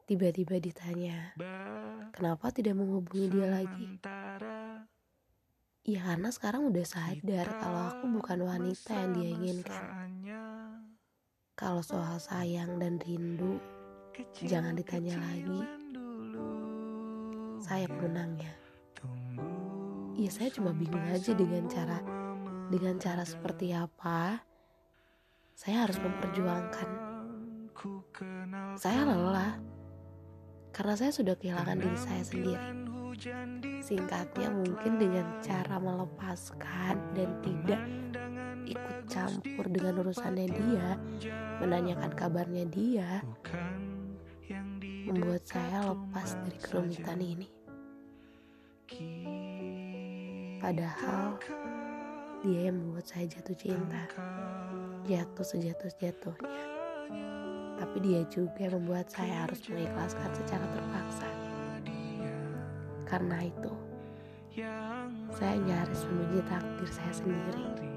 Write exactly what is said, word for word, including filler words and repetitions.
Tiba-tiba ditanya, kenapa tidak menghubungi dia lagi? Ya karena sekarang udah sadar kalau aku bukan wanita yang dia inginkan. Kalau soal sayang dan rindu, jangan ditanya lagi. Saya pemenangnya. Ya saya cuma bingung aja dengan cara dengan cara seperti apa saya harus memperjuangkan. Saya lelah karena saya sudah kehilangan diri saya sendiri. Singkatnya mungkin dengan cara melepaskan dan tidak ikut campur dengan urusannya dia, menanyakan kabarnya dia, membuat saya lepas dari kerumitan ini. Padahal dia yang membuat saya jatuh cinta, jatuh sejatuh-jatuhnya. Tapi dia juga yang membuat saya harus mengikhlaskan secara terpaksa. Karena itu, saya nyaris membenci takdir saya sendiri.